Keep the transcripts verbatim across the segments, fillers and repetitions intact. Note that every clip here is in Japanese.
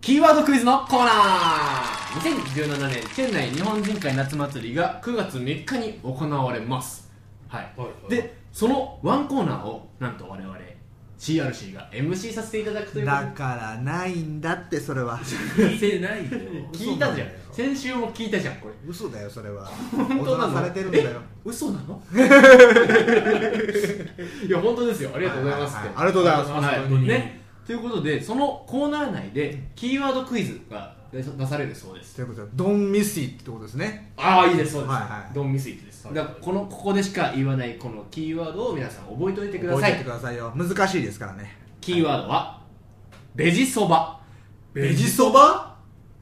キーワードクイズのコーナー。にせんじゅうななねん県内日本人会夏祭りがくがつみっかに行われます。はい、はいはい、でそのワンコーナーをなんと我々 シーアールシー が エムシー させていただくという。 だからないんだって。それは聞いてないよ。 聞いたじゃん、先週も聞いたじゃん。これ嘘だよ。それは本当なの？ されてるんだよ。 嘘なの？いや本当ですよ。ありがとうございますって、 はいはいはい、ありがとうございます、 はい、ね。ということでそのコーナー内でキーワードクイズが出されるそうです。 ということでドンミスイってことですね。 ああいいです。そうです、 はいはい、 ドンミスイです。だからこのここでしか言わないこのキーワードを皆さん覚えておいてください。 覚えておいてくださいよ。難しいですからね。 キーワードはベジそば。 ベジそば？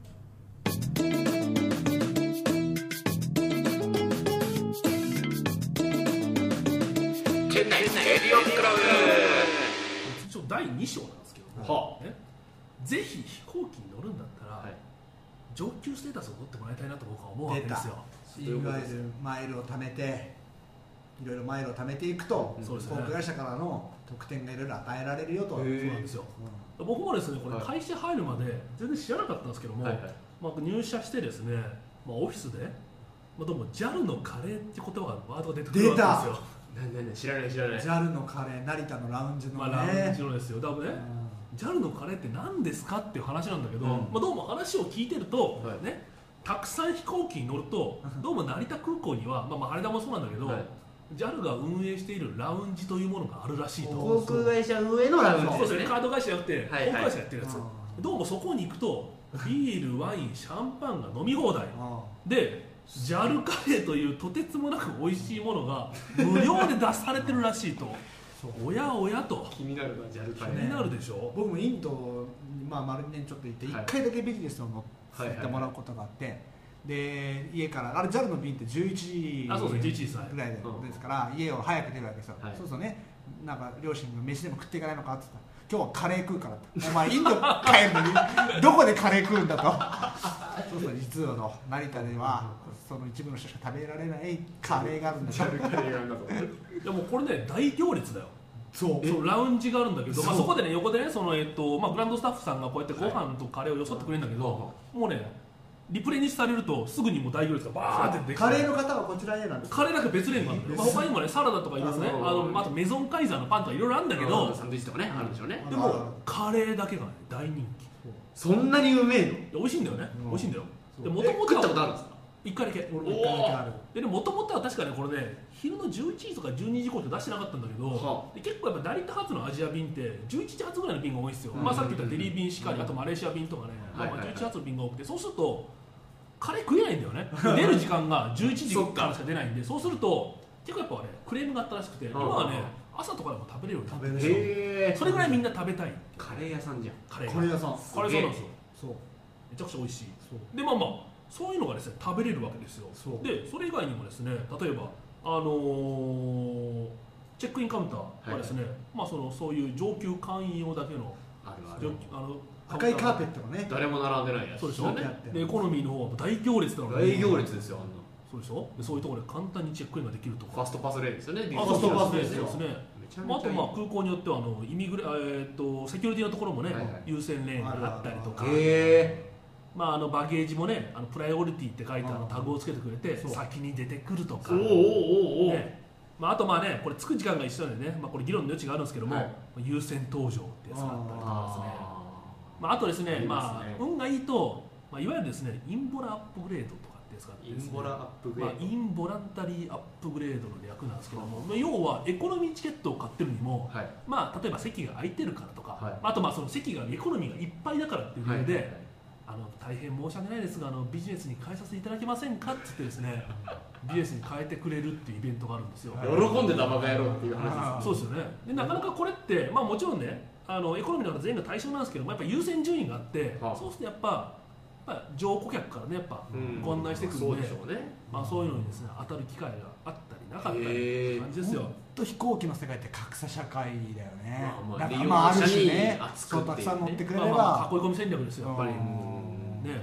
県内エリオンクラブ。一応だいに章なんですけど、はあね、ぜひ飛行機に乗るんだったら、はい、上級ステータスを取ってもらいたいなと僕は思うわけですよ。 いわゆるマイルを貯めていろいろマイルを貯めていくと、うん、航空会社からの特典がいろいろ与えられるよと。そうなんですよ、うん、僕もですねこれ会社入るまで全然知らなかったんですけども、はいはい、まあ、入社してですね、まあ、オフィスで、まあ、どうも ジャル のカレーって言葉がワードが出てくるわけですよ。 何々知らない知らない。 ジャル のカレー、成田のラウンジのね、 まあ、ラウンジのですよ。だからね、うん、ジャル のカレーって何ですかっていう話なんだけど、うん、まあ、どうも話を聞いてると、はい、ね、たくさん飛行機に乗るとどうも成田空港には、まあ、まあ羽田もそうなんだけど、はい、ジャル が運営しているラウンジというものがあるらしいと。 航空会社運営のラウンジですね。 そうですね、カード会社じゃなくて航空会社やってるやつ、はいはい、どうもそこに行くとビール、ワイン、シャンパンが飲み放題で、ジャル カレーというとてつもなく美味しいものが無料で出されてるらしいと。おやおやと気になるな、ジャル カレー。 気になるでしょ。 僕もインドに、まあ、丸にねんちょっと行っていっかいだけビジネスを乗ってもらうことがあって、はいはいはい、で家からあれ ジャル の便ってじゅういちじぐらいですから、家を早く出るわけですよ、はい、そうするとね、なんか両親が飯でも食っていかないのかって言ったら、今日はカレー食うからって。お前インド帰るのにどこでカレー食うんだと。そうそう、実はの成田ではその一部の人しか食べられないカレーがあるんだと。 でもこれね大行列だよ。そうそう、ラウンジがあるんだけど、まあ、そこでね横でねその、えっとまあ、グランドスタッフさんがこうやってご飯とカレーをよそってくれるんだけど、はい、もうねリプレイにされるとすぐにもう大行列がバーってできて、 カレーの方はこちらへなんですか。 カレーだけ別レーンがある、まあ、他にもねサラダとかいますね、あのあとメゾンカイザーのパンとかいろいろあるんだけど、 サンドイッチとかね、あるんでしょうね。 でもカレーだけがね大人気。 そんなにうめえの？ 美味しいんだよね、美味しいんだよ。 でもともと食ったことあるんですか？ いっかいだけ。でもともとは確かねこれね昼のじゅういちじとかじゅうにじ以降って出してなかったんだけど、はあ、で結構やっぱ成田発のアジア便ってじゅういちじ発ぐらいの便が多いんですよ、うん、まあ、さっき言ったデリー便しかり、あとマレーシア便とかね、うん、まあ、じゅういち発の便が多くて、そうするとカレー食えないんだよね。出る時間がじゅういちじからしか出ないんで、そうすると結構やっぱねクレームがあったらしくて、今はね朝とかでも食べれるようになってるんですよ。それぐらいみんな食べたい。 カレー屋さんじゃん。 カレー屋さん。 カレー屋さんなんですよ。そう。めちゃくちゃ美味しい。でまあまあそういうのがですね食べれるわけですよ。でそれ以外にもですね、例えばあのー、チェックインカウンターはですね、はい、まあそのそういう上級会員用だけのあるあるあの赤いカーペットがね誰も並んでないやつ。 そうでしょ。でエコノミーの方は大行列だから、 ね、大行列ですよ。あんな。 そうでしょ。でそういうところで簡単にチェックインができるとか。 ファストパスレーンですよね。 ファストパスレーンですね。まあ、あとまあ空港によってはあのイミグレ、えー、とセキュリティのところもね、はいはい、優先レーンがあったりとか。へー。まあ、あのバゲージもね、あのプライオリティって書いてあのタグをつけてくれて先に出てくるとか、ね、まあ、あとまあねこれ着く時間が一緒なんでね、まあ、これ議論の余地があるんですけども、はい、優先搭乗ってやつがあったりとかですね。あ、まあ、あとですね、まあ、運がいいと、まあ、いわゆるですねインボラアップグレードとかってやつがあってですね、インボラアップグレード、まあ、インボランタリーアップグレードの略なんですけども、まあ、要はエコノミーチケットを買ってるにも、はい、まあ、例えば席が空いてるからとか、はい、あとまあその席がエコノミーがいっぱいだからっていう理由で、はいはいはい、あの大変申し訳ないですがあのビジネスに変えさせていただけませんかって言ってですねビジネスに変えてくれるっていうイベントがあるんですよ。 喜んでたバカ野郎っていう話です。 そうですよね。でなかなかこれって、まあ、もちろんねあのエコノミーの方全員が対象なんですけども、やっぱ優先順位があって、はあ、そうするとやっぱ乗顧客からねやっぱご案内してくるんで、うん、そうでしょうね。まあ、そういうのにですね当たる機会があったりなかったりっていう感じですよ。 本当飛行機の世界って格差社会だよね。 まあまあ、 だからまあある種ね、そうたくさん乗ってくれれば、 まあまあ囲い込み戦略ですよやっぱり。ね、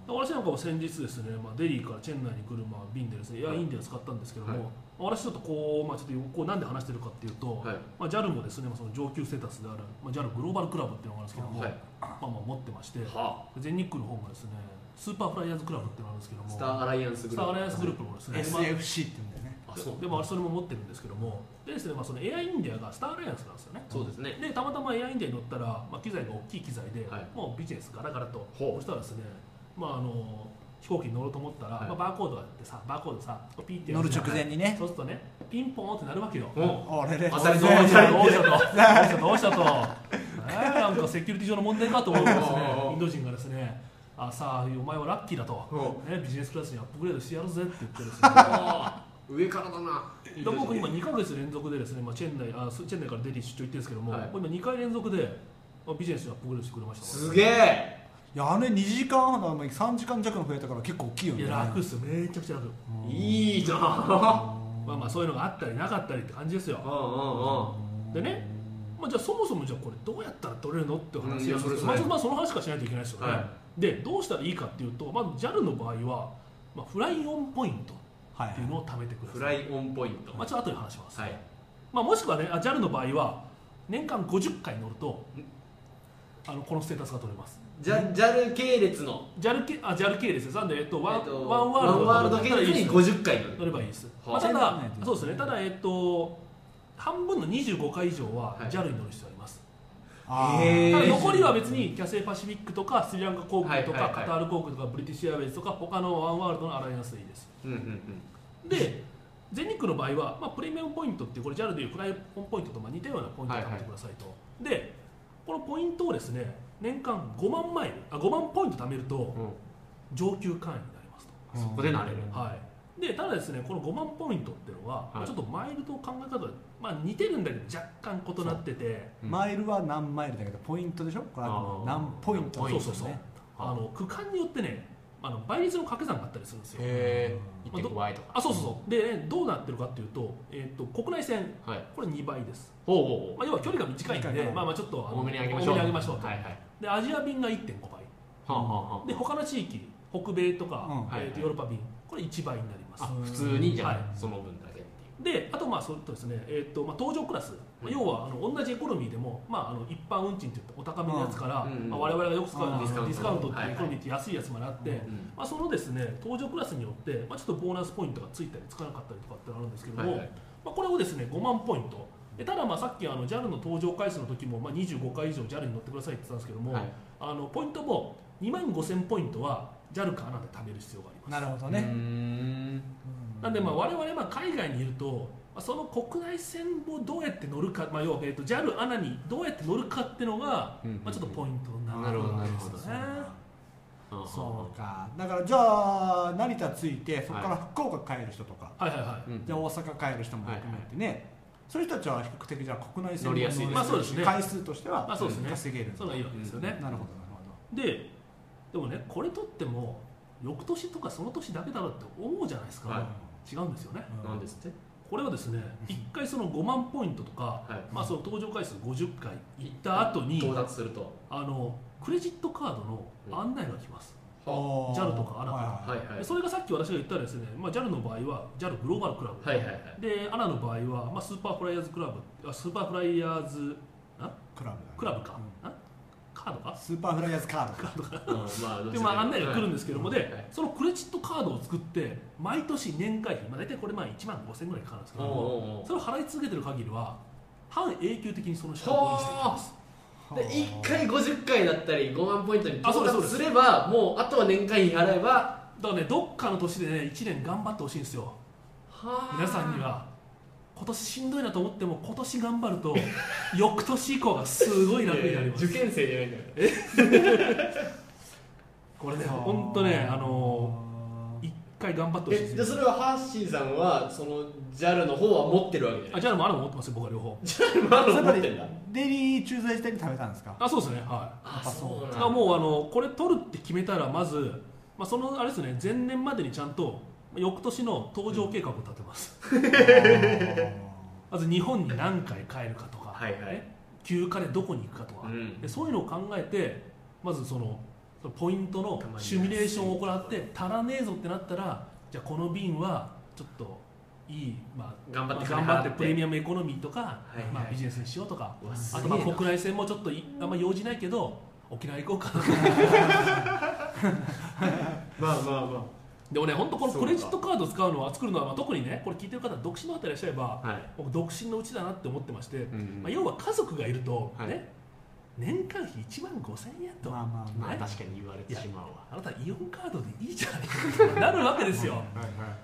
私なんかも先日ですね、まあ、デリーからチェンナイに来るまあ便でですね、エアインディア使ったんですけども、はい、私ちょっとこう、まあ、ちょっとこうなんで話してるかっていうと、はい、まあ、ジャル もですね、その上級ステータスである、まあ、ジャル グローバルクラブっていうのがあるんですけども、はい、まあ、まあ持ってまして、はあ、全日空の方がですね、スーパーフライヤーズクラブっていうのがあるんですけども、 スターアライアンスグループ、スターアライアンスグループもですね、 エスエフシー って言うんだよね。 あ、そう。でもそれも持ってるんですけども、でですね、まあ、そのエアインディアがスターアライアンスなんですよね。 そうですね。 で、たまたまエアインディアに乗ったら、まあ、機材が大きい機材で、はい、もうビジネスガラガラと、そしたらですね、まああの飛行機に乗ろうと思ったら、はい、まあ、バーコードがあってさ、バーコードさ、ピーって乗る直前にね、 そうするとね、ピンポンってなるわけよ。 あれれ、 当たり前どうしたと、どうしたと、どうしたと、なんかセキュリティ上の問題かと思うんですね、インド人がですね、あ、さあ、お前はラッキーだと、ね、ビジネスクラスにアップグレードしてやるぜって言ってですね。 上からだな。 だ僕今にかげつ連続でですね、まあ、チェンナイあチェンナイからデリー出張行ってるんですけども、はい、今にかい連続でビジネスにアップグレードしてくれました。 すげえ。 いや、あれにじかんはんのさんじかん弱の増えたから結構大きいよね。 いや、楽っすよ、めちゃくちゃ楽。 いいじゃん。 まあまあそういうのがあったりなかったりって感じですよ。でね、まあ、じゃあそもそもじゃあこれどうやったら取れるのって話ですけど、まずまあその話しかしないといけないですよね。はい、でどうしたらいいかっていうと、まず ジャル の場合は、まあ、フライオンポイントっていうのを貯めてください。 フライオンポイント、 まあ、ちょっと後で話します。はい、まあ、もしくはね、ジャル の場合は年間ごじゅっかい乗るとあのこのステータスが取れます。 ジャ ジャル 系列のジャル 系あ ジャル 系列です。なんで、えっとワン、 えっと、 ワンワールド系列にごじゅっかい乗ればいいです。まあ、ただそうですね。ただえっと半分のにじゅうごかい以上は ジャル に乗る必要があります。はい、ただ残りは別にキャセイパシフィックとかスリランカ航空とか、はいはいはい、カタール航空とかブリティッシュエアウェイズとか他のワンワールドのアライアンスでいいです。うんうんうん、で全日空の場合は、まあ、プレミアムポイントっていうこれ ジャル でいうフライオンポイントとまあ似たようなポイントを貯めてくださいと。はいはい、でこのポイントをですね年間ごまんマイルあごまんポイント貯めると上級会員になりますと。 うん、そこでなれる。 はい。でただですねこのごまんポイントっていうのは、はい、ちょっとマイルと考え方が、まあ、似てるんだけど若干異なってて、 うん、マイルは何マイルだけどポイントでしょ。これは何ポイント、 ね、そうそうそう。あの区間によってねあの倍率の掛け算があったりするんですよ。 へー、いってんごばいとか。 あ、そうそうそう。で、ね、どうなってるかっていうと、えー、と国内線、はい、これにばいです。 ほうほうほう。 まあ、要は距離が短いんで、まあまあちょっと多めに上げましょう。 多めに上げましょうと。 はいはい、 でアジア便がいってんごばい。はあはあ、で他の地域、北米とか、うん、えー、とヨーロッパ便、これいちばいになります。 あ、普通にじゃあ、はい、その分だけ。 であとまあそうとですね、えーとまあ、搭乗クラス、うん、要はあの同じエコノミーでも、まあ、あの一般運賃といってお高めのやつから、うんうんまあ、我々がよく使うディスカウント、ディスカウントっていうエコノミーって安いやつまであって、はいはいまあ、そのですね搭乗クラスによって、まあ、ちょっとボーナスポイントがついたりつかなかったりとかってあるんですけども、はいはいまあ、これをですねごまんポイントでただまあさっきあの ジャル の搭乗回数の時も、まあ、にじゅうごかい以上 ジャル に乗ってくださいって言ったんですけども、はい、あのポイントもにまんごせんポイントは ジャル かアナで貯める必要があります。 なるほどね。うーんなんでまあ我々まあ海外にいるとその国内線をどうやって乗るか、まあ、要は、えー、と ジャル アナにどうやって乗るかっていうのが、うんうんうんまあ、ちょっとポイントになるんですよね。 そうか。だからじゃあ成田着いてそこから福岡帰る人とか、 はいはいはい、 じゃあ大阪帰る人も含めてね、はいはい、そういう人たちは比較的じゃあ国内線乗りやすい、 まあそうですね、回数としては稼げる。 それはいいわけですよね。 なるほどなるほど。ででもねこれとっても翌年とかその年だけだろうって思うじゃないですか、はい、違うんですよね。 なんですってこれはですね、いっかいそのごまんポイントとか、はいまあ、その搭乗回数ごじゅっかい行った後に到達するとあのクレジットカードの案内が来ます、うん、ジャル とかアナから、はいはい、それがさっき私が言ったらですね、まあ、ジャル の場合は ジャル グローバルクラブ、はいはいはい、でアナの場合は、まあ、スーパーフライヤーズクラブスーパーフライヤーズクラブ、 クラブか、うんカードかスーパーフライヤーズカードかとかで、まあ、案内が来るんですけども、はい、でそのクレジットカードを作って毎年年会費、まあ、大体これまあいちまんごせんぐらいかかるんですけどもそれを払い続けてる限りは半永久的にその資格をしていきます。 でいっかいごじゅっかいだったりごまんポイントに到達すればもうあとは年会費払えばだからねどっかの年でねいちねん頑張ってほしいんですよ。皆さんには今年しんどいなと思っても今年頑張ると翌年以降がすごい楽になります。 受験生じゃないんだよ。 これね本当ねあのー、一回頑張ってほしいです。 でそれはハッシーさんはその ジャル の方は持ってるわけじゃない。 あ ジャル もアナも持ってますよ僕は両方。 ジャル もアナも持ってるんだ。 デリー駐在時代に食べたんですか。 あそうですねはい。 あそうなんだ。 もうあのこれ取るって決めたらまず、まあ、そのあれですね前年までにちゃんと翌年の搭乗計画を立てます。まず日本に何回帰るかとか、はいはい、休暇でどこに行くかとか、うん、でそういうのを考えてまずそのそのポイントのシミュレーションを行って足らねえぞってなったら、じゃあこの便はちょっといい、まあ、 頑張って頑張ってプレミアムエコノミーとか、はいはい、まあ、ビジネスにしようとか、あとまあ国内線もちょっとあんま用事ないけど沖縄行こうかなまあまあまあでもね、本当このクレジットカードを使うのは作るのは、まあ、特にねこれ聞いてる方独身の方いらっしゃれば、はい、僕独身のうちだなって思ってまして、うんうん、まあ、要は家族がいると、はい、ね、年間費いちまんごせんえんと、 まあまあまあ、確かに言われてしまうわ。 あなたイオンカードでいいじゃないかなるわけですよ。はいはい、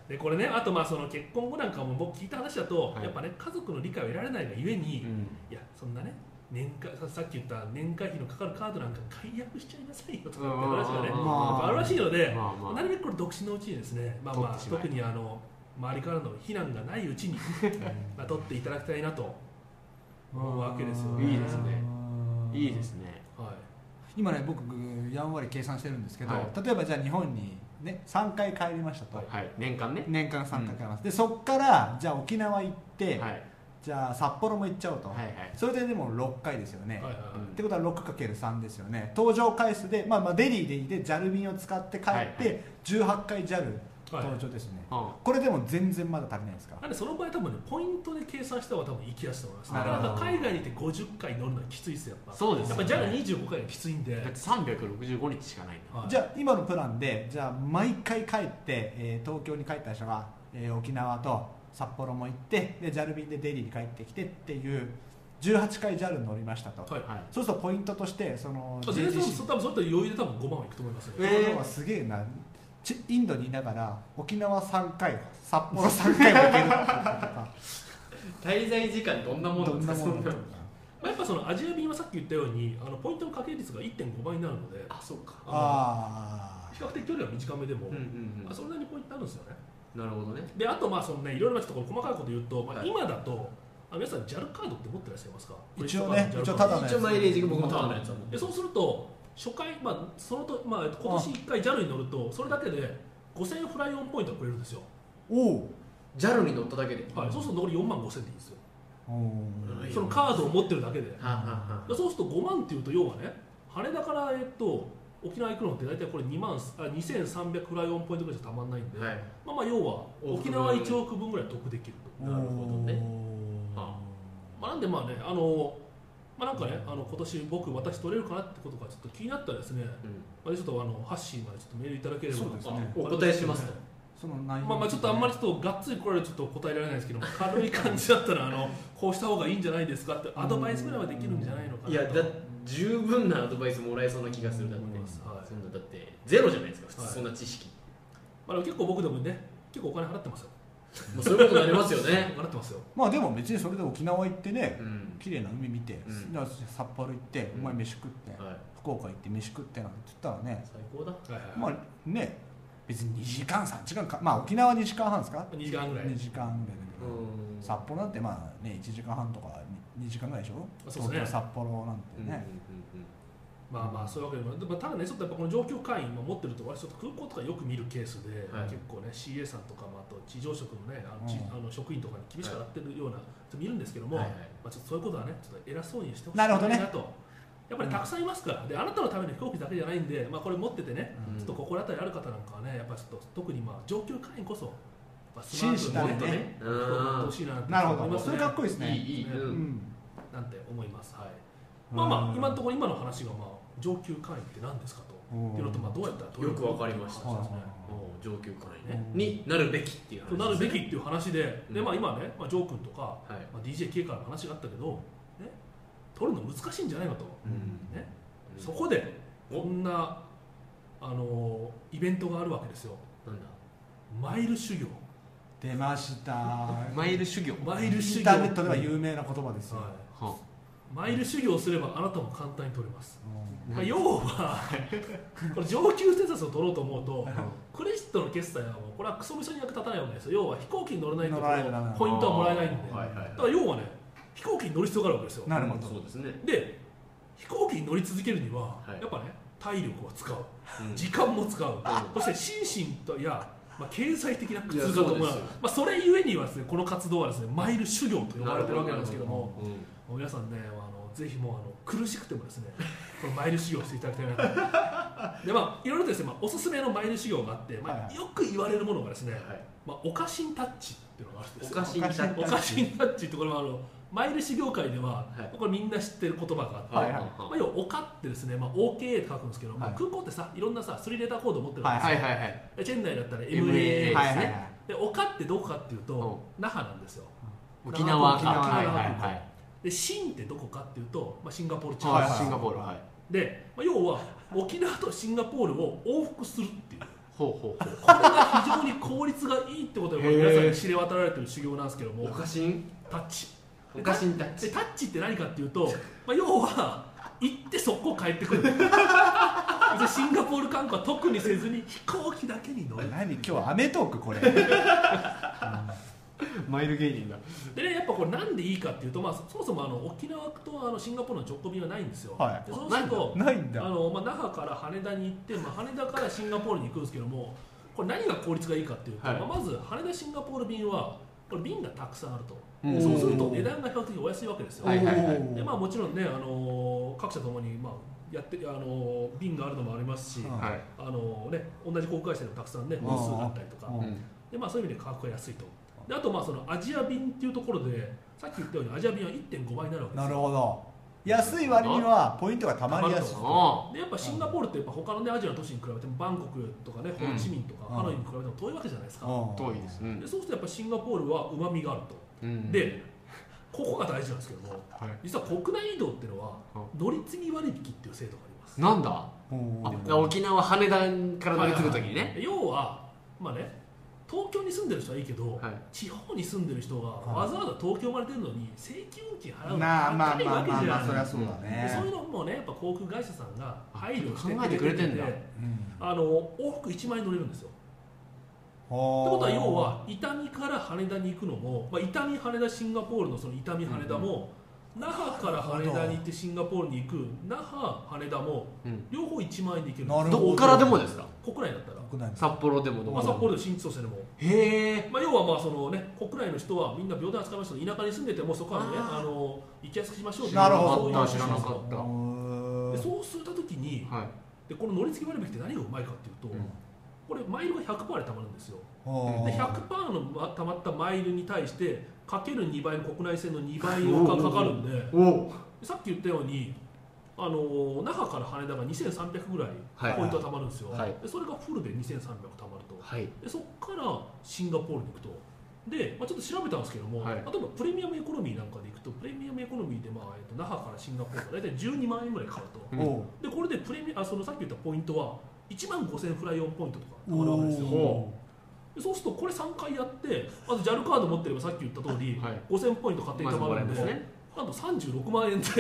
でこれね、あとまあその結婚後なんかも僕聞いた話だと、はい、やっぱね家族の理解を得られないがゆえに、うん、いやそんなね年間さっき言った年会費のかかるカードなんか解約しちゃいなさいよとかって話がね、まあ、あるらしいので、まあまあ、なるべくこれ独身のうちにですね、まあまあ、特にあの周りからの非難がないうちにまあ取っていただきたいなと思うわけですよね。 いいですね。いいですね。 はい、 今ね僕やんわり計算してるんですけど、はい、例えばじゃあ日本に、ね、さんかい帰りましたと、 はい、年間ね年間さんかい帰ります、うん、でそこからじゃあ沖縄行って、はい、じゃあ札幌も行っちゃおうと、はいはい、それででもろっかいですよね、はいはいはい、ってことは ろくかけるさん ですよね。搭乗回数で、まあ、まあデリーでいて ジャル 便を使って帰ってじゅうはちかい ジャル 搭乗ですね、はいはい、これでも全然まだ足りないですか。 なんでその場合多分ねポイントで計算した方が多分行きやすいと思います。なかなか海外にいてごじゅっかい乗るのはきついですよ。やっぱそうですよね。 やっぱ ジャルにじゅうごかいがきついんで、 だってさんびゃくろくじゅうごにちしかないんだ、 はい、じゃあ今のプランでじゃあ毎回帰って、えー、東京に帰った人が、えー、沖縄と札幌も行ってで ジャル 便でデリーに帰ってきてっていうじゅうはちかい ジャル 乗りましたと、はいはい、そうするとポイントとしてその全然そ多分それと余裕で多分ごまんはいくと思いますよ、ね。 えー、すげえな。インドにいながら沖縄さんかい札幌さんかいも行ける滞在時間どんなものですか。 やっぱそのアジア便はさっき言ったようにあのポイントの掛け率が いってんごばいになるので、 あ、そうか、 あ比較的距離は短めでも、うんうんうん、それなりにポイントあるんですよね。 なるほどね。 であとまあそのねいろいろなちょっと細かいこと言うと、まあ、今だとあ皆さん ジャル カードって持ってらっしゃいますか。 一応ね、一応ただのやつ、 一応マイレージ僕もただのやつでそうすると初回、まあそのとまあ、今年いっかい ジャル に乗るとそれだけでごせんえんフライオンポイントがくれるんですよ。 おおジャル に乗っただけで、 はい、そうすると残りよんまんごせんでいいんですよ。そのカードを持ってるだけで、はははそうするとごまんっていうと要はね羽田から、えっと、沖縄行くのって大体これにまんあにせんさんびゃくフライオンポイントぐらいじゃたまんないんで、はい、まあまあ要は沖縄いちおくぶんぐらい得できると。 なるほどね。 あまあ、なんでまあねあのまあなんかねあの今年僕私取れるかなってことがちょっと気になったらですね、うん、まあちょっとあのハッシーまでちょっとメールいただければ、 そうですね、 お答えしますね。 その内容、 まあまあちょっとあんまりちょっとがっつりこれちょっと答えられないですけども軽い感じだったらあのこうした方がいいんじゃないですかってアドバイスぐらいはできるんじゃないのかなと。 いやだ十分なアドバイスもらえそうな気がする。だって、はい、そんなだってゼロじゃないですか普通、はい、そんな知識、 まあ、結構僕でもね結構お金払ってますよ。 もうそういうことになりますよね。 払ってますよ。 まあでも別にそれで沖縄行ってね、うん、綺麗な海見て、うん、札幌行って、うん、お前飯食って、はい、福岡行って飯食ってなんて言ったらね最高だ。はいはい、 まあね別ににじかんさんじかんか、まあ沖縄にじかんはんですか。 にじかんぐらい。 にじかんぐらいだけど、札幌なんてまあねいちじかんはんとかにじかんぐらいでしょ。 そうですね。 札幌なんてね。 まあまあそういうわけでもただねちょっとやっぱこの上級会員も持ってると私ちょっと空港とかよく見るケースで、はい、結構ね シーエー さんとか、まあ、あと地上職のねあの、うん、あの職員とかに厳しく当たってるような人見るんですけども、はいはい、まあちょっとそういうことはねちょっと偉そうにしてほしいなと。なるほどね。やっぱりたくさんいますから、であなたのための飛行機だけじゃないんで、まあ、これ持っててね、うん、ちょっと心当たりある方なんかはねやっぱちょっと特にまあ上級会員こそスマートにね飛行機持ってほしいなと思いますね。 それかっこいいですね。 いいいい、うん、なんて思います。はい。まあまあ今のところ今の話がまあ上級会員って何ですかとっていうのとまあどうやったら取るかよくわかりました。上級会員ねになるべきっていう話ですね。 なるべきっていう話で、でまあ今ね、まあジョー君とか、はいまあ ディージェーケー からの話があったけど、ね取るの難しいんじゃないかと、ね。そこでこんなあのイベントがあるわけですよ。 なんだ。 マイル修行。 出ました。 マイル修行。 マイル修行。 インターネットでは有名な言葉ですよ。 はい。マイル修行すればあなたも簡単に取れます。うん、まあ、要はこれ上級施設を取ろうと思うとクレジットの決済はもうこれはクソみそに役立たないわけですよ。要は飛行機に乗らないとポイントはもらえないんで、だから要はね飛行機に乗る必要があるわけですよ。 なるほど。 そうですね。 で飛行機に乗り続けるには、はい、やっぱね体力を使う、うん、時間も使う、そして心身とや、まあ、経済的な苦痛が伴う、まあ、それゆえにはですねこの活動はですねマイル修行と呼ばれてるわけなんですけども、うん、皆さんねあのぜひもうあの苦しくてもですねこのマイル修行していただきたいなとでまあいろいろですね、まあ、おすすめのマイル修行があって、まあはいはい、よく言われるものがですね、はいまあ、オカシンタッチっていうのがあるんですよ。オカシンタッチ、オカシンタッチってこれはあのマイル修行界では、はい、これみんな知ってる言葉があって、はいはいまあ、要はオカってですね、まあ、オーケー って書くんですけど、はいまあ、空港ってさいろんなさスリーレターコードを持ってるんですよ、はいはいはい、チェン内だったら エムエーエー ですね、はいはいはい、でオカってどこかっていうと那覇なんですよ。 沖縄かはいはいはい。 でシンってどこかっていうと、まあ、シンガポール地方、はいはい、シンガポール、はい、 で、まあ、要は沖縄とシンガポールを往復するっていうほうほうほうこれが非常に効率がいいってことで皆さんに知れ渡られてる修行なんですけども、 オカシンタッチオカシンタッチでタッチって何かっていうと、まあ、要は行って速攻帰ってくるシンガポール観光は特にせずに飛行機だけに乗る。 何今日はアメトークこれ、 マイル芸人だでね、やっぱこれなんでいいかっていうと、まあ、そもそもあの沖縄とあのシンガポールの直行便はないんですよ、はい、でそうするとないんだあの、まあ、那覇から羽田に行って、まあ、羽田からシンガポールに行くんですけども、これ何が効率がいいかっていうと、はいまあ、まず羽田シンガポール便はこれ便がたくさんあると、そうすると値段が比較的お安いわけですよ、はいはいはい、でまあ、もちろんね、あの各社ともに、まあやってあの便があるのもありますし、はい、あのね、同じ航空会社でもたくさんね本数があったりとかで、まあ、そういう意味で価格が安いと。であとまあそのアジア便っていうところでさっき言ったようにアジア便は いってんご 倍になるわけですよ。 なるほど、安い割にはポイントがたまりやすい。 でやっぱシンガポールってやっぱ他の、ね、アジアの都市に比べてもバンコクとかね、ホーチミンとか、うん、ハノイに比べても遠いわけじゃないですか。 遠いです、うん、 でそうするとやっぱシンガポールはうまみがあると、うん、でここが大事なんですけども、はい、実は国内移動っていうのは乗り継ぎ割引っていう制度があります。 なんだ、あ沖縄羽田から乗り継ぐときにね、はいはいはい、 要はまあね東京に住んでる人はいいけど、はい、地方に住んでる人がわざわざ東京まで出るのに正規運賃払うのが高いわけじゃない。 そりゃそうだね。 そういうのもねやっぱ航空会社さんが配慮してくれてて、あの往復いちまんえん乗れるんですよ。ってことは要は伊丹から羽田に行くのも、まあ、伊丹羽田シンガポールのその伊丹羽田も、うん、那覇から羽田に行ってシンガポールに行く那覇羽田も、うん、両方いちまんえんで行けるんです。 どこからでもですか？ 国内だったら札幌でもどこ、まあ、札幌でも新千歳でも。 へえ、 まあ、要はまあその、ね、国内の人はみんな平等に扱いましょう。田舎に住んでてもそこはねあの行きやすくしましょうっていう。 なるほど、 知らなかった。でそうするときに、はい、でこの乗り継ぎ割引って何がうまいかっていうと、うん、これマイルが ひゃくパーセント でたまるんですよ。で ひゃくパーセント のたまったマイルに対してかけるにばいの国内線のにばいがかかるんで、さっき言ったようにあの那覇から羽田がにせんさんびゃくぐらいポイントがたまるんですよ、はい、でそれがフルでにせんさんびゃくたまると、はい、でそこからシンガポールに行くとで、まあ、ちょっと調べたんですけども、はい、例えばプレミアムエコノミーなんかで行くとプレミアムエコノミーで、まあえっと、那覇からシンガポールが大体じゅうにまんえんぐらいかかると、うん、でこれでプレミあそのさっき言ったポイントはいちまんごせんフライオンポイントとかたまるわけですよ。でそうするとこれさんかいやってまず ジャル カード持ってればさっき言った通り、はい、ごせんポイント勝手にたまるんで、まね、あとさんじゅうろくまんえんで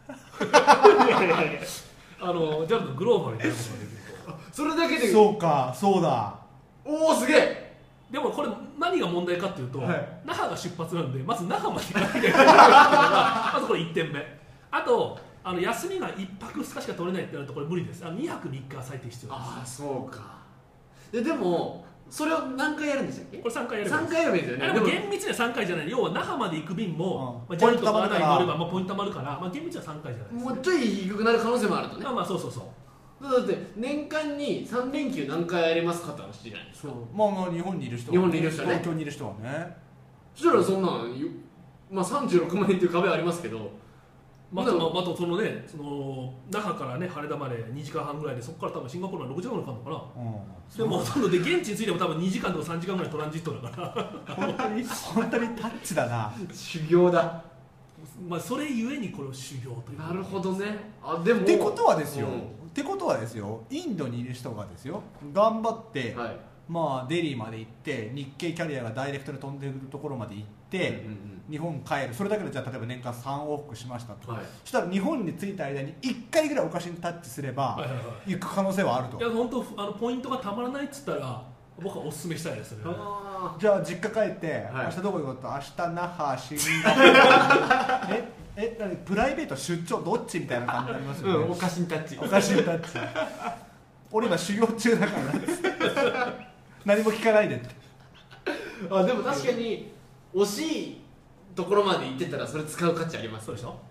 あの ジャル のグローバルになることができると。 それだけでそうかそうだ。 おおすげえ。 でもこれ何が問題かっていうと、はい、那覇が出発なんでまず那覇まで行かなきゃいけないのがまずこれいってんめ。あとあの休みがいっぱくふつかしか取れないってなるとこれ無理です。あのにはくみっか最低必要です。 ああそうか。ででもそれを何回やるんでしたっけ？ これさんかいやる。 さんかいやるんですよね。 でも厳密にはさんかいじゃない。要は那覇まで行く便も、うんまあ、ジャルとかアナに乗れば、まあ、ポイントたまるから、まあ、厳密にはさんかいじゃないですか。 もうちょい低くなる可能性もあるとね。 まあまあそうそうそう。 だって年間にさんれんきゅう何回やれますかって話じゃないですか。そうまあまあ日本にいる人は、 日本にいる人はね、 東京にいる人はね。 そしたらそんなまあさんじゅうろくまんえんっていう壁はありますけど。 また、まあ、またそのね、その那覇からね羽田までにじかんはんぐらいでそこから多分シンガポールはろくじかんぐらいかかるのかな、うん、でもほとんどで現地に着いても多分にじかんとかさんじかんぐらいトランジットだから本当に本当にタッチだな。 修行だ。 まあそれゆえにこれを修行という。 なるほどね。あでもってことはですよ、うん、ってことはですよインドにいる人がですよ頑張って、はい、まあデリーまで行って日系キャリアがダイレクトで飛んでくるところまで行って、うんうんうん、日本帰る。それだけでじゃあ例えば年間さん往復しましたと、はい、そしたら日本に着いた間にいっかいぐらいお菓子にタッチすれば、はいはいはい、行く可能性はあると。 いや本当あのポイントがたまらないっつったら僕はおすすめしたいですね。 あじゃあ実家帰って、はい、明日どこ行こうと明日那覇シンガポールええ何プライベート出張どっちみたいな感じになりますよね、 うん、お菓子にタッチお菓子にタッチ俺今修行中だから何も聞かないでってあでも確かに惜しいところまで行ってたらそれ使う価値あります。 そうでしょ。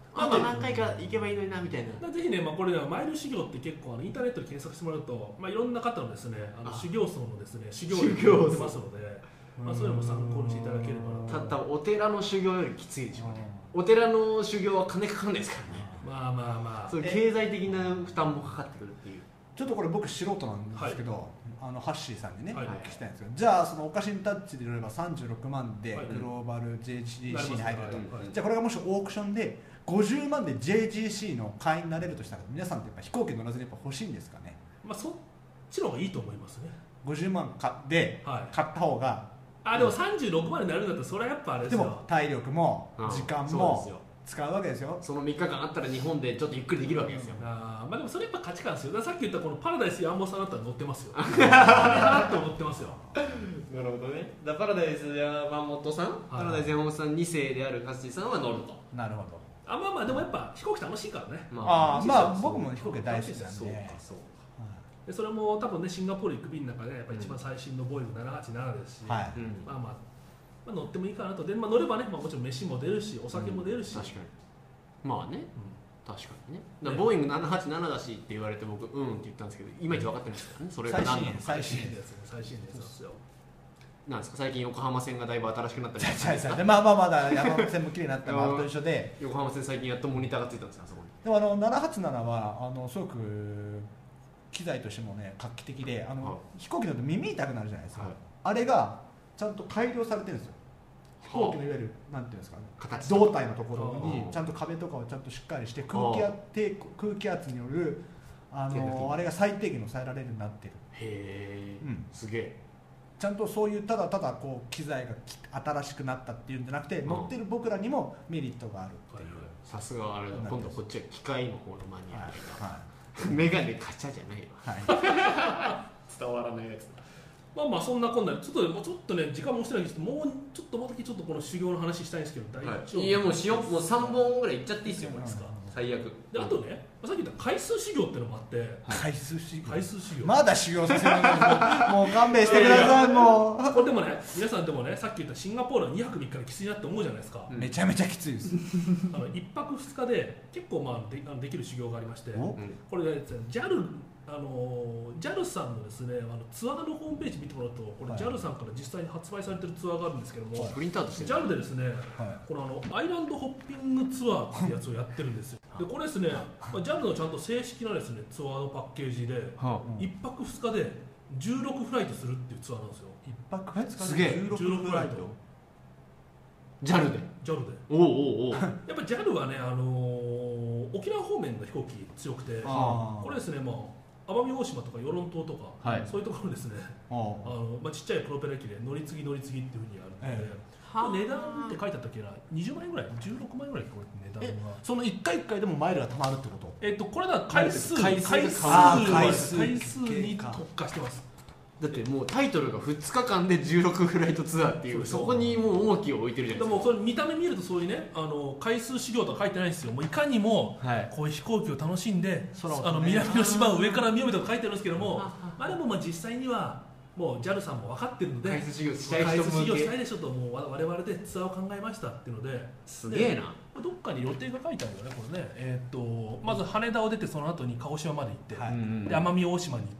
あと何回か行けばいいのになみたいな。 ぜひね、まあ、これはマイル修行って結構あのインターネットで検索してもらうと、まあ、いろんな方のですねあの修行僧のですね修行をやってますので、まあ、そういうのも参考にしていただければな。 ただお寺の修行よりきついでしょうね。お寺の修行は金かかんないですからね。 まあまあまあそういう経済的な負担もかかってくるっていう。 ちょっとこれ僕素人なんですけど、はい、あのハッシーさんにね、はい、聞きたいんですけど、じゃあそのオカシンタッチでよればさんじゅうろくまんでグローバル ジェイジーシー に入ると、はい、じゃあこれがもしオークションでごじゅうまんで ジェイジーシー の会員になれるとしたら、皆さんってやっぱ飛行機乗らずにやっぱ欲しいんですかね。 まあそっちの方がいいと思いますね。 ごじゅうまんで買った方が、はい、 あでもさんじゅうろくまんになるんだったらそれはやっぱあれですよ。 でも体力も時間も使うわけですよ。 そのみっかかんあったら日本でちょっとゆっくりできるわけですよ。 あまあでもそれやっぱ価値観ですよ。だからさっき言ったこのパラダイス山本さんだったら乗ってますよ。なって思ってますよ。 なるほどね。だパラダイス山本さん、はい、パラダイス山本さんに世である勝地さんは乗ると。 なるほど。 あまあまあでもやっぱ飛行機楽しいからね。 まああまあ僕も飛行機大好きなんで。そうかそうか。 でそれも多分ねシンガポール行く便の中でやっぱり一番最新のボーイングななはちななですし、はい、まあまあ、まあ、乗ってもいいかなと。で、まあ、乗ればね、まあ、もちろん飯も出るしお酒も出るし、 うん、確かにまあね、うん、確かにね。だからボーイングななはちななだしって言われて僕うんって言ったんですけど、いまいち分かってないですからね。それが何なのか。 最新のやつ最新のやつですよ。 なんですか最近横浜線がだいぶ新しくなったりですか。 まあまあまだ山手線も綺麗になったのと一緒で横浜線最近やっとモニターがついたんですよあそこに。 でもあのななはちななはあのすごく機材としてもね画期的で、あの、はい、飛行機だと耳痛くなるじゃないですか、はい、あれがちゃんと改良されてるんですよ。飛行機のいわゆるなんていうんですかね、形胴体のところにちゃんと壁とかをちゃんとしっかりして空気圧空気圧によるあのあれが最低限抑えられるようになってる。 へえ、うん、すげえ。 ちゃんとそういうただただこう機材が新しくなったっていうんじゃなくて、乗ってる僕らにもメリットがあるっていう。 さすがあれだ。今度こっちは機械の方のマニアが、はいはい、メガネカチャじゃないよ、はい、伝わらないやつ。 まあまあそんなこんなちょっともうちょっとね時間もしてないんですけど、もうちょっとまたちょっとこの修行の話したいんですけど、大丈夫？はい、いやもうしよう。もうさんぼんぐらいいっちゃっていいですよ。これですか最悪。 であとね、さっき言った回数修行っていうのもあって、 回数修行回数修行まだ修行させないもう勘弁してください。もうこれでもね、皆さんでもね、さっき言ったシンガポールはにはくみっかできついなって思うじゃないですか。 めちゃめちゃきついですあのいっぱくふつかで結構まあ で, あのできる修行がありまして、これね ジャル あの ジャル さんのですねあのツアーのホームページ見てもらうと、これ ジャル さんから実際に発売されてるツアーがあるんですけども、 プリントアウトしてジャル でですね、はい、このあのアイランドホッピングツアーってやつをやってるんですよ。でこれですね、ジャル のちゃんと正式なですねツアーのパッケージで、はあ、いっぱくふつかでじゅうろくフライトするっていうツアーなんですよ。 いっぱくふつかすげえじゅうろくフライトジャル でジャル でおうおうおうやっぱ ジャル はね、あのー、沖縄方面の飛行機強くて、これですね、まあ、奄美大島とか与論島とか、はい、そういうところですね、あの、まあ、ちっちゃいプロペラ機で乗り継ぎ乗り継ぎっていうふうにあるので、ええ、値段って書いてあったっけな、にじゅうまんえんぐらい、じゅうろくまんえんぐらい、これ値段が。 そのいっかいいっかいでもマイルがたまるってこと？ えっとこれだ回数回数回数回数回数に特化してます。 だってもうタイトルがふつかかんでじゅうろくフライトツアーっていう、そこにもう重きを置いてるじゃないですか。 でもそれ見た目見るとそういうね、あの回数修行とか書いてないんですよ。もういかにもこういう飛行機を楽しんで、はい、あの南の島を上から見ようとか書いてあるんですけども、まあでもまあ実際にはもう ジャル さんも分かってるので、 回数修行したい人回数修行したいでしょと、もう我々でツアーを考えましたっていうので、 すげえな。 どっかに予定が書いてあるよね、これね。えー、っとまず羽田を出てその後に鹿児島まで行って、はい、で奄美大島に行って。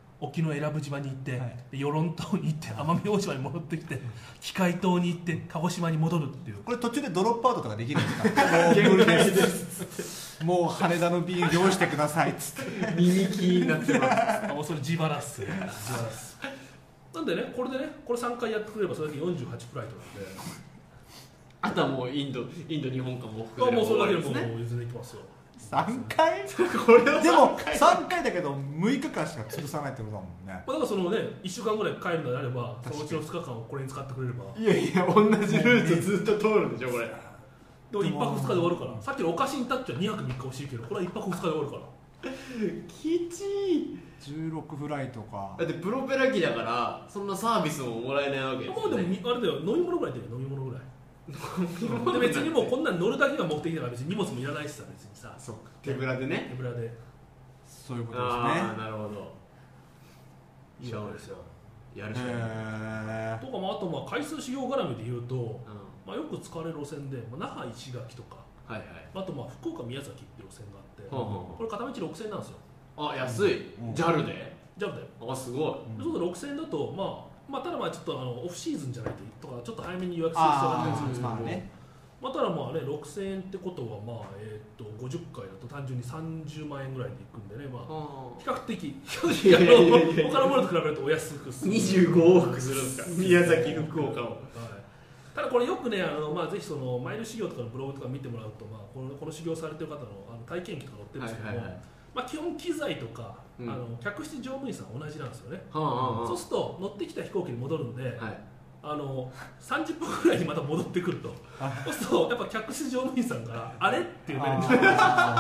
沖永良部島に行って、はい、で与論島に行って奄美大島に戻ってきて機械島に行って鹿児島に戻るっていう。 これ途中でドロップアウトとかできるんですか？もう無理ですもう羽田の便用意してくださいっつって耳キーになってますあもうそれ自腹っすね。自腹っすなんでね、これでね、これさんかいやってくれればそれだけよんじゅうはちフライトなんで、 あとはもうインドインド日本間も含めてもうそれだけでもう譲りいきますよ。 さんかいこれでもさんかいだけどむいかかんしか潰さないってことだもんね。 だからそのねいっしゅうかんぐらい帰るのであれば、そのうちのふつかかんをこれに使ってくれれば。 いやいや同じルートずっと通るんでしょこれ。でもいっぱくふつかで終わるから。さっきのおかしんタッチはにはくみっか欲しいけど、これはいっぱくふつかで終わるから。 きちい。 じゅうろくフライトか。 だってプロペラ機だからそんなサービスももらえないわけですよね。 まあでもあれだよ、飲み物ぐらい出るよ、飲み物ぐらい。で別にもうこんなん乗るだけが目的だから別に荷物もいらないしさ、別にさ。 そうか、手ぶらでね。 手ぶらで。 そういうことですね。 ああなるほど。 いいわけですよ。 やるしかない。 とかもあとまあ回数修行絡みで言うと、うん、まあよく使われる路線で、まあ、那覇石垣とか、 はいはい、 あとまあ福岡宮崎っていう路線があって、これ片道ろくせんえんなんですよ。 あ、安い。 ジャル でジャル であ、すごい。 そうするとろくせんえんだと、まあまあ、ただまあちょっとあのオフシーズンじゃないととかちょっと早めに予約する必要があったりするんですけど、まあただまあねろくせんえんってことはまあえっとごじゅっかいだと単純にさんじゅうまんえんぐらいで行くんでね、まあ比較的他のものと比べるとお安くにじゅうごおくするんですか、宮崎福岡を。はい、 ただこれよくね、あのまあぜひそのマイル修行とかのブログとか見てもらうと、まあこのこの修行されてる方のあの体験記とか載ってるんですけども、はいはいはい、まあ基本機材とか、うん、あの客室乗務員さん同じなんですよね。はあはあ、そうすると乗ってきた飛行機に戻るんで、はい、あのさんじゅっぷんぐらいにまた戻ってくると、そうするとやっぱ客室乗務員さんからあれっていう目で見てるんですよ。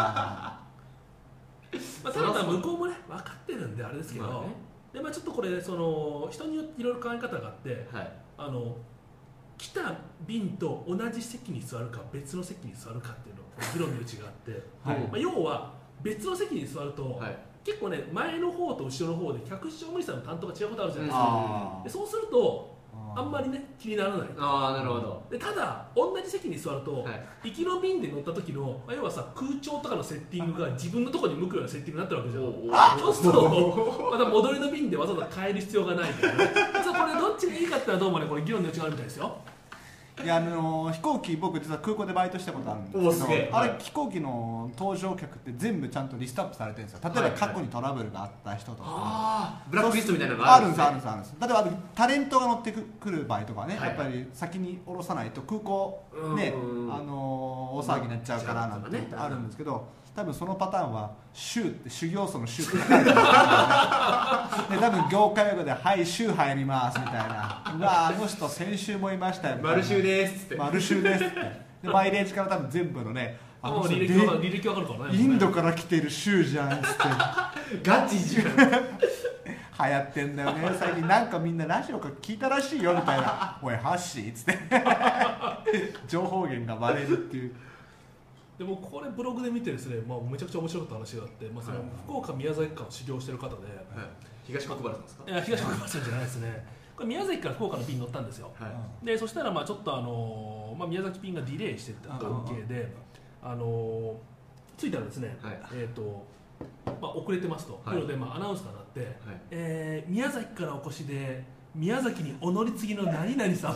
まあただ向こうもね分かってるんであれですけど、まあね、でまあちょっとこれその人によっていろいろ考え方があって、はい、あの来た便と同じ席に座るか別の席に座るかっていうのを議論の余地があって、はい、まあ、要は別の席に座ると、はい、結構ね前の方と後ろの方で客室乗務員さんの担当が違うことあるじゃないですか。でそうするとあんまりね気にならない。 ああ、なるほど。 でただ同じ席に座ると、はい、行きの便で乗った時の、まあ、要はさ空調とかのセッティングが自分のところに向くようなセッティングになってるわけじゃん。そうするとまた戻りの便でわざわざ変える必要がないからね。そうこれどっちがいいかってのはどうもねこれ議論の余地があるみたいですよ。 いや、あのー、飛行機僕実は空港でバイトしたことあるんですけど、あれ飛行機の搭乗客って全部ちゃんとリストアップされてるんですよ。例えば過去にトラブルがあった人とか、 はい、ブラックリストみたいなのがあるんです、 ね、あるんですあるんですあるんです。例えばタレントが乗ってくる場合とかね、はい、やっぱり先に降ろさないと空港ね、あのー、大騒ぎになっちゃうからなんてあるんですけど、多分そのパターンは修って修行僧の修って書いてあるんですよ、ね、で多分業界用語ではい修入りますみたいな、うわあの人先週もいましたよみたいな、 丸修ですって丸修ですってでマイレージから多分全部のね、 あの履歴わかる、履歴わかるからね、 インドから来てる修じゃんっつってガチじゃん流行ってんだよね最近。なんかみんなラジオか聞いたらしいよみたいなおいハッシーっつって情報源がバレるっていう。 でもこれブログで見てですね、まあ、めちゃくちゃ面白かった話があって、まあ、その福岡宮崎間を修行してる方で、はい、 東国原さんですか？ いや東国原さんじゃないですね。これ宮崎から福岡の便に乗ったんですよ、はい、でそしたらまあちょっと、あのーまあ、宮崎便がディレイしてた関係で、あのー、着いたらですね、はい、えーとまあ、遅れてますと、はい、なので、まあ、アナウンスが鳴って、はい、えー、宮崎からお越しで宮崎にお乗り継ぎの何々様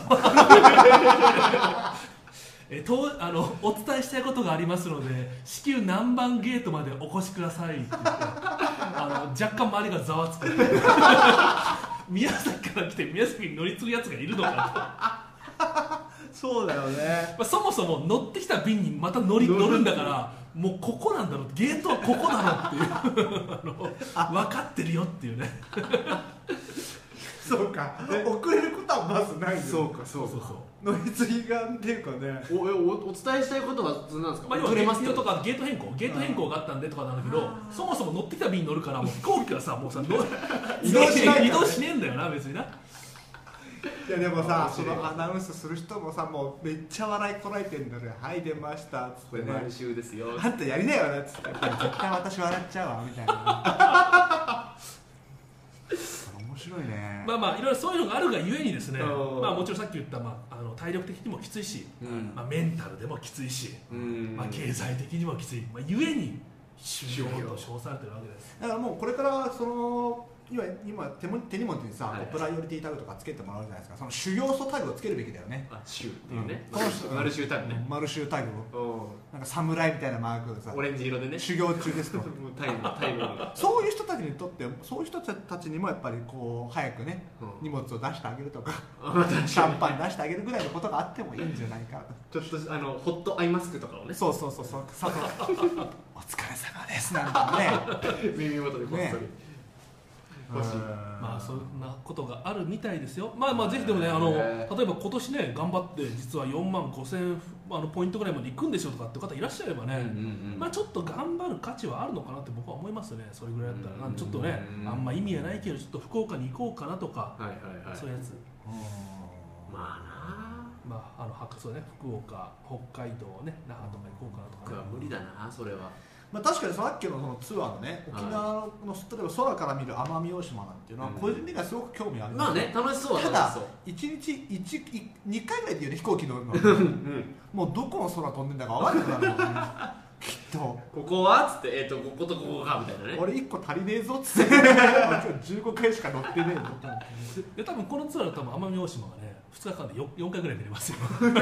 えとあのお伝えしたいことがありますので至急何番ゲートまでお越しくださいって言ってあの若干周りがざわつく宮崎から来て宮崎に乗り継ぐやつがいるのかとそうだよね、 まあ、そもそも乗ってきた便にまた乗り乗るんだからもうここなんだろう、ゲートはここだろっていうあの分かってるよっていうねそうか、遅れることはまずないよ。 そうかそうそうそう乗り継ぎがっていうかね、 おおお伝えしたいことは何なんですか？ まあ、要はゲートとかゲート変更ゲート変更があったんでとかなんだけど、そもそも乗ってきた便に乗るからもう飛行機からさもうさ移動しない移動しねえんだよな別にな。 いやでもさ、そのアナウンスする人もさもうめっちゃ笑いこらえてんだよ。はい出ましたっつってね、 毎週ですよあんたやりなよなっつって絶対私笑っちゃうわみたいな面白いね。 まあまあいろいろそういうのがあるがゆえにですね、まあもちろんさっき言った、まあ、あの体力的にもきついし、うん、まあ、メンタルでもきついし、うん、まあ、経済的にもきつい、まあ、ゆえに修行と称されてるわけです。 だからもうこれからその今今手も手荷物にさ、はい、プライオリティタグとかつけてもらうじゃないですか。その修行僧タグをつけるべきだよね。 あ、修っていうね、うん、マルシュタグね、 マルシュタグをなんか侍みたいなマークでさ、 オレンジ色でね、 修行中ですとタイムタイムそういう人たちにとってそういう人たちにもやっぱりこう早くね、うん、荷物を出してあげるとかシャンパン出してあげるぐらいのことがあってもいいんじゃないかとちょっとあのホットアイマスクとかをね、 そうそうそうそうそうお疲れ様ですなんかね耳元でこっそり、ね、 まあそんなことがあるみたいですよ。まあまあぜひでもね、あの例えば今年ね頑張って実はよんまんごせんあのポイントぐらいまで行くんでしょうとかって方いらっしゃればね、うんうんうん、まあちょっと頑張る価値はあるのかなって僕は思いますね。それぐらいだったら、うんうん、ちょっとねあんま意味はないけどちょっと福岡に行こうかなとか、はいはいはい、そういうやつ。 まあなまああのそうね福岡北海道ね那覇とか行こうかなとか、 ね、僕は無理だなそれは。 まあ、確かにさっきのそのツアーのね、沖縄の、はい、例えば空から見る奄美大島なんていうのは、個人的にはすごく興味ある、 まあね、楽しそうはただいちにちにかいぐらいでいうね、飛行機乗るの、うん、もうどこの空飛んでんだか分かんなくなるもんねきっとここはっつって、えー、とこことここかみたいなね、 俺いっこ足りねえぞっつって今日じゅうごかいしか乗ってねえぞで多分このツアーの多分奄美大島はねふつかかんで よ, よんかいぐらい出れますよ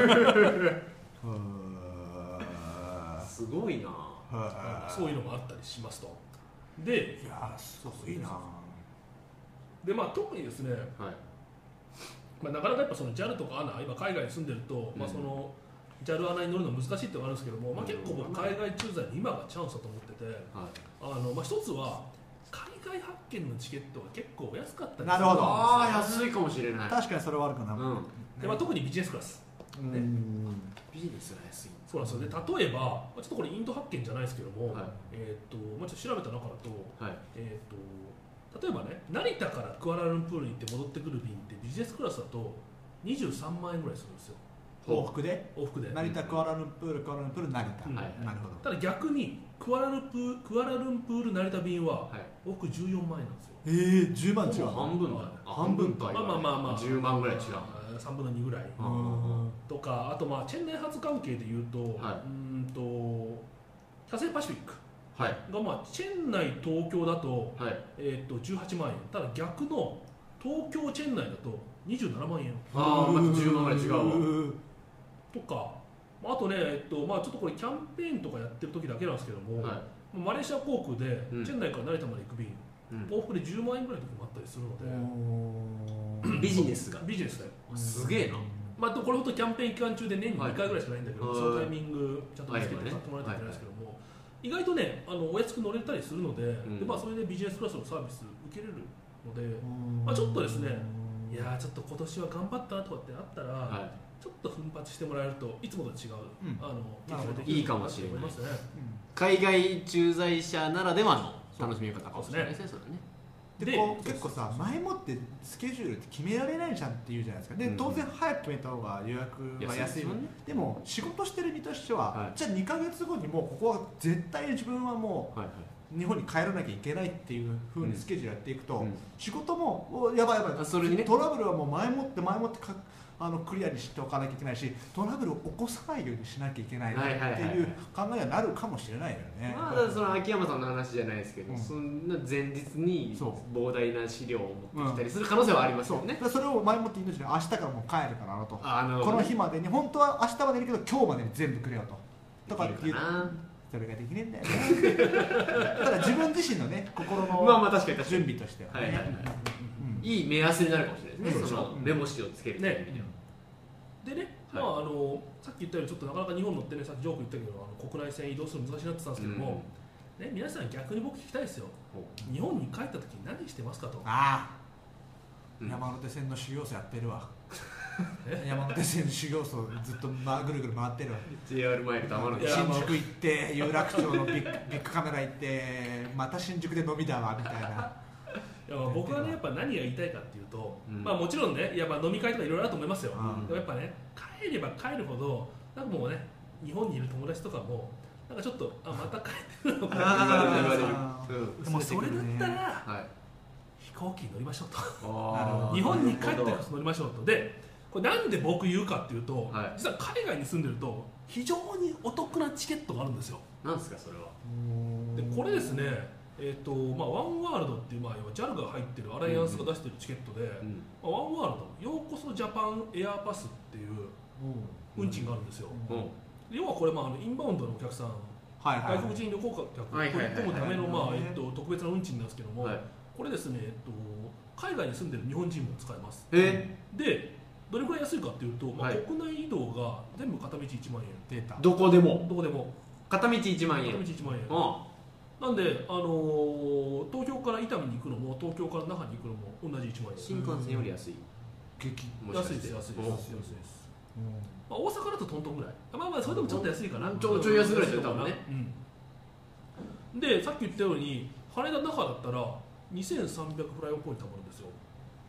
すごいな、 そういうのもあったりしますと。で、 いやすごいな。 でまあ特にですね、はい、まあ、なかなかやっぱその ジャル とか エーエヌエー 今海外に住んでると、うん、まあその ジャル エーエヌエー に乗るの難しいってのがあるんですけども、まあ、結構僕海外駐在の今がチャンスだと思ってて、はい、あのまあ一つは海外発見のチケットが結構お安かったりするんですよ。 なるほど。 ああ安いかもしれない。 確かにそれはあるかな。うん、 でまあ、特にビジネスクラス、 ね、 ビジネスが安い。 そうなんですよ。で例えばちょっとこれインド発見じゃないですけども、はい、えーとまあ、ちょっと調べた中だと、はい、えーと例えばね成田からクアラルンプールに行って戻ってくる便ってビジネスクラスだとにじゅうさんまんえんぐらいするんですよ。 往復で往復で成田クアラルンプールクアラルンプール成田、うん、 はい、 なるほど。 ただ逆にクアラルンプールクアラルンプール成田便は往復じゅうよんまんえんなんですよ。 えー、じゅうまん違う。 半分だ。 半分か。 まあまあまあまあじゅうまんぐらい違う。 さんぶんのにぐらいとか、あとまあチェン内発関係でいうと、はい、うんとキャセイパシフィックがまあチェン内東京だと、はい、えー、とじゅうはちまんえん、ただ逆の東京チェン内だとにじゅうななまんえん。 ああ、またじゅうまんぐらい違うわ。 とか、あとね、えっとまあ、ちょっとこれキャンペーンとかやってる時だけなんですけども、はい、マレーシア航空でチェン内から成田まで行く便、うん、往復でじゅうまんえんぐらいの時もあったりするので、 ビジネスがビジネスだよ。 すげえな。 まあ、これほどキャンペーン期間中で年ににかいぐらいしかないんだけど、はい、そのタイミングちゃんと見つけて買ってもらえたらいけないですけども、意外とねあのお安く乗れたりするので、うん、でまあ、それでビジネスクラスのサービス受けれるので、まあ、ちょっとですね、いやちょっと今年は頑張ったなとかってあったら、はい、ちょっと奮発してもらえるといつもと違う、うん、あのいいかもしれないですね。海外駐在者ならではの楽しみ方かもしれないですね。それね。 でこう結構さ、前もってスケジュールって決められないじゃんって言うじゃないですか。で当然早く決めた方が予約は安いもんね。でも仕事してる身としては、はい、じゃあにかげつごにもうここは絶対自分はもう、はいはい、日本に帰らなきゃいけないっていう風にスケジュールやっていくと、うん、仕事もやばいやばい、それにね、トラブルはもう前もって前もってかあのクリアにしておかなきゃいけないし、トラブルを起こさないようにしなきゃいけないっていう考えになるかもしれないよね。 まあ、だその秋山さんの話じゃないですけど、うん、そんな前日に膨大な資料を持ってきたりする可能性はありますよね。 うん、そ, それを前もっていいんですよ。明日からもう帰るからなと。あのこの日までに本当は明日までにいるけど今日までに全部くれよと。とかっていう。それができねえんだよね。ただ自分自身のね心の準備としては、ね、 いい目安になるかもしれないですね。その目星をつけるっていう意味では。 でね、はい、まあ、あのさっき言ったようにちょっとなかなか日本乗ってね、さっきジョーク言ったけど、あの国内線移動するの難しいなって言ったんですけども、うん、ね、皆さん逆に僕聞きたいですよ。日本に帰った時に何してますかと。 ああ、うん、山手線の修行僧やってるわ。山手線の修行僧ずっと、ま、ぐるぐる回ってるわ。 ジェイアール マイルたまるんで新宿行って有楽町のビッグ、ビッグカメラ行ってまた新宿で飲みだわみたいな。 いや僕はねやっぱ何が言いたいかっていうと、うん、まあもちろんね、やっぱ飲み会とかいろいろあると思いますよ、うん、でもやっぱね帰れば帰るほどなんかもうね日本にいる友達とかもなんかちょっとあまた帰ってくるのかなって言われる。でもそれだったら、はい、飛行機に乗りましょうと。日本に帰ってから乗りましょうと。でこれなんで僕言うかっていうと、はい、実は海外に住んでると非常にお得なチケットがあるんですよ。 なんですかそれは。 でこれですね、えーとまあ、ワンワールドっていう、まあ、ジャル が入ってるアライアンスが出してるチケットで、うんまあ、ワンワールドようこそジャパンエアパスっていう運賃があるんですよ、うん、要はこれ、まあ、あのインバウンドのお客さん、はいはいはい、外国人旅行客を取り込むための特別な運賃なんですけども、はい、これですね、えっと、海外に住んでる日本人も使えます。えでどれくらい安いかっていうと、まあ、国内移動が全部片道いちまんえん。 データどこでもどこでも片道いちまんえん。 片道いちまんえん、ああなんで、あのー、東京から伊丹に行くのも東京から那覇に行くのも同じいちまんえん。 新幹線より安い。 激安いです安いです安いです、うんまあ、大阪だとトントンぐらい、まあまあそれでもちょっと安いかな、 ちょちょい安いぐらいですよ多分ね、 うん、でさっき言ったように羽田那覇だったらにせんさんびゃくフライオンポイント貯まるんですよ。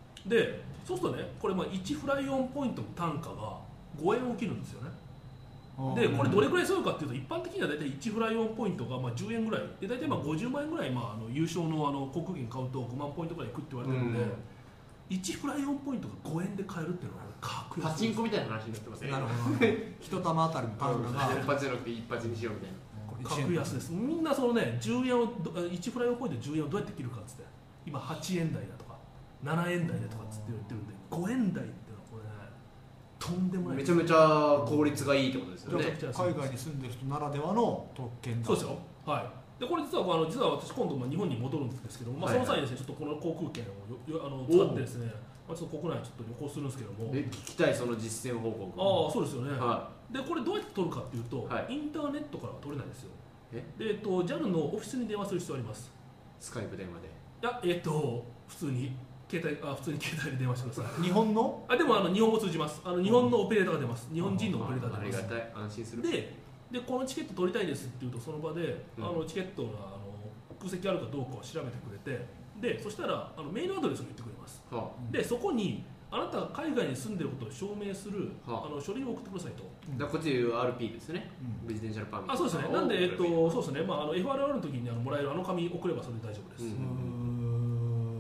でそうするとねこれまあいちフライオンポイントの単価がごえん起きるんですよね。 でこれどれくらいするかっていうと、一般的には大体いちフライオンポイントがまあじゅうえんぐらいで、大体まあごじゅうまんえんぐらい、まあ、あの優勝 の, あの航空券買うとごまんポイントぐらいいくって言われてるので、うん、いちフライオンポイントがごえんで買えるっていうのは格安。 パチンコみたいな話になってますね。 なるほど一玉あたりの単価が一発じゃなくて一発にしようみたいな。 格安です。みんなそのねじゅうえんをいちフライオンポイントでじゅうえんをどうやって切るかっつって、今はちえん台だとかななえん台だとかっつって言ってるんで、ごえん台っていうのはこれねとんでもない。 めちゃめちゃ効率がいいってことですよね。 海外に住んでる人ならではの特権だ。 そうですよ。はい。でこれ実はあの実は私今度まあ日本に戻るんですけども、まあ、その際にですね、ちょっとこの航空券をよよあの使ってですね、まあ、ちょっと国内ちょっと旅行するんですけども。 え聞きたいその実践報告。 ああそうですよね。 はい、 でこれどうやって取るかっていうと、はい、インターネットからは取れないんですよ。えで、えっと、ジャル のオフィスに電話する必要あります。 スカイプ電話で。 いやえっと普通に携帯あ普通に携帯で電話してください。 日本のあでもあの日本語通じます。あの日本のオペレーターが出ます。日本人のオペレーターが出ます。 ありがたい、安心する。 ででこのチケット取りたいですって言うと、その場で、うん、あのチケットがあの空席あるかどうかを調べてくれて、でそしたらあのメールアドレスを言ってくれます。はあ、でそこにあなたが海外に住んでることを証明する、はあ、あの書類を送ってくださいと。 だこっちでいう アールピー ですね、うん、レジデンシャルパーミット。 あそうですね。なんで、えっと、そうですね、まあ、あの エフアールアール の時にあのもらえるあの紙送ればそれで大丈夫です。うん、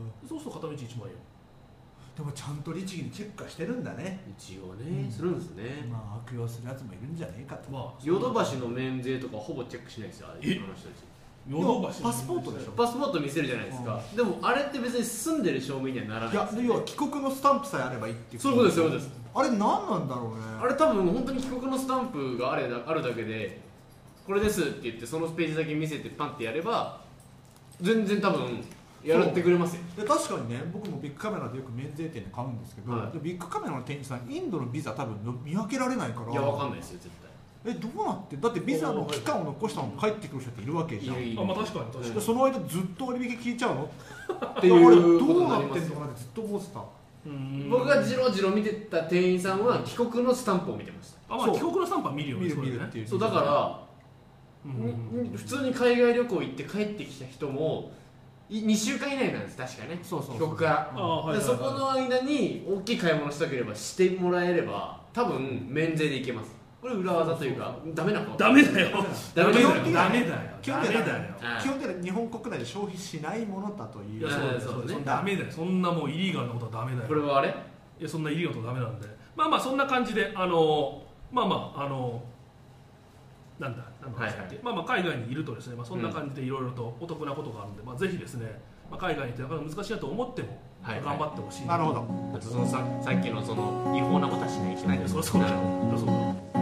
そうすると片道いちまんえん。 でもちゃんと律儀にチェックはしてるんだね。 一応ね、うん、するんですね。 まあ悪用するやつもいるんじゃねえかと。まあ、 ヨドバシの免税とかほぼチェックしないですよ、あの人たち。 ヨドバシパスポートでしょ。 パスポート見せるじゃないですか。でもあれって別に住んでる証明にはならないです、 ね。いや要は帰国のスタンプさえあればいいっていう。 そういうことです、そういうことです。 あれ何なんだろうね。 あれ多分本当に帰国のスタンプがあれあるだけで、これですって言ってそのページだけ見せてパンってやれば全然多分やってくれますよ。 で確かにね、僕もビッグカメラでよく免税店で買うんですけど、はい、ビッグカメラの店員さんインドのビザ多分見分けられないから。 いやわかんないですよ絶対。 えどうなってだってビザの期間を残したの帰ってくる人っているわけじゃん。 あ、まあ、確かに確かに。 その間ずっと割引聞いちゃうのっていうどうなってんのかなってずっと思ってた。 僕がジロジロ見てた店員さんは帰国のスタンプを見てました。 あ、まあ、帰国のスタンプは見るよね。 見る見るっていう。 そうだから、うん、普通に海外旅行行って帰ってきた人もにしゅうかん以内なんです確かね。 そうそうそう、 帰国から。あ、はいはいはい、そこの間に大きい買い物したければしてもらえれば多分免税でいけます。これ裏技というかダメなの？ ダメだよ。ダメだよ。ダメだよ。 基本的には基本的には日本国内で消費しないものだという。 いやそうですね。ダメだよ。そんなもうイリーガルなことはダメだよ。 これはあれ？ いやそんなイリーガルなことはダメなんで。まあまあそんな感じであのまあまああのなんだなんだ、はいはい、まあまあ海外にいるとですね、まあそんな感じでいろいろとお得なことがあるんで、まあぜひですね、まあ海外に行ってなかなか難しいなと思っても。はいはい、頑張ってほしい。 なるほど。 そのさ、さっきのその違法なことはしない人。 そうそう。そうそう。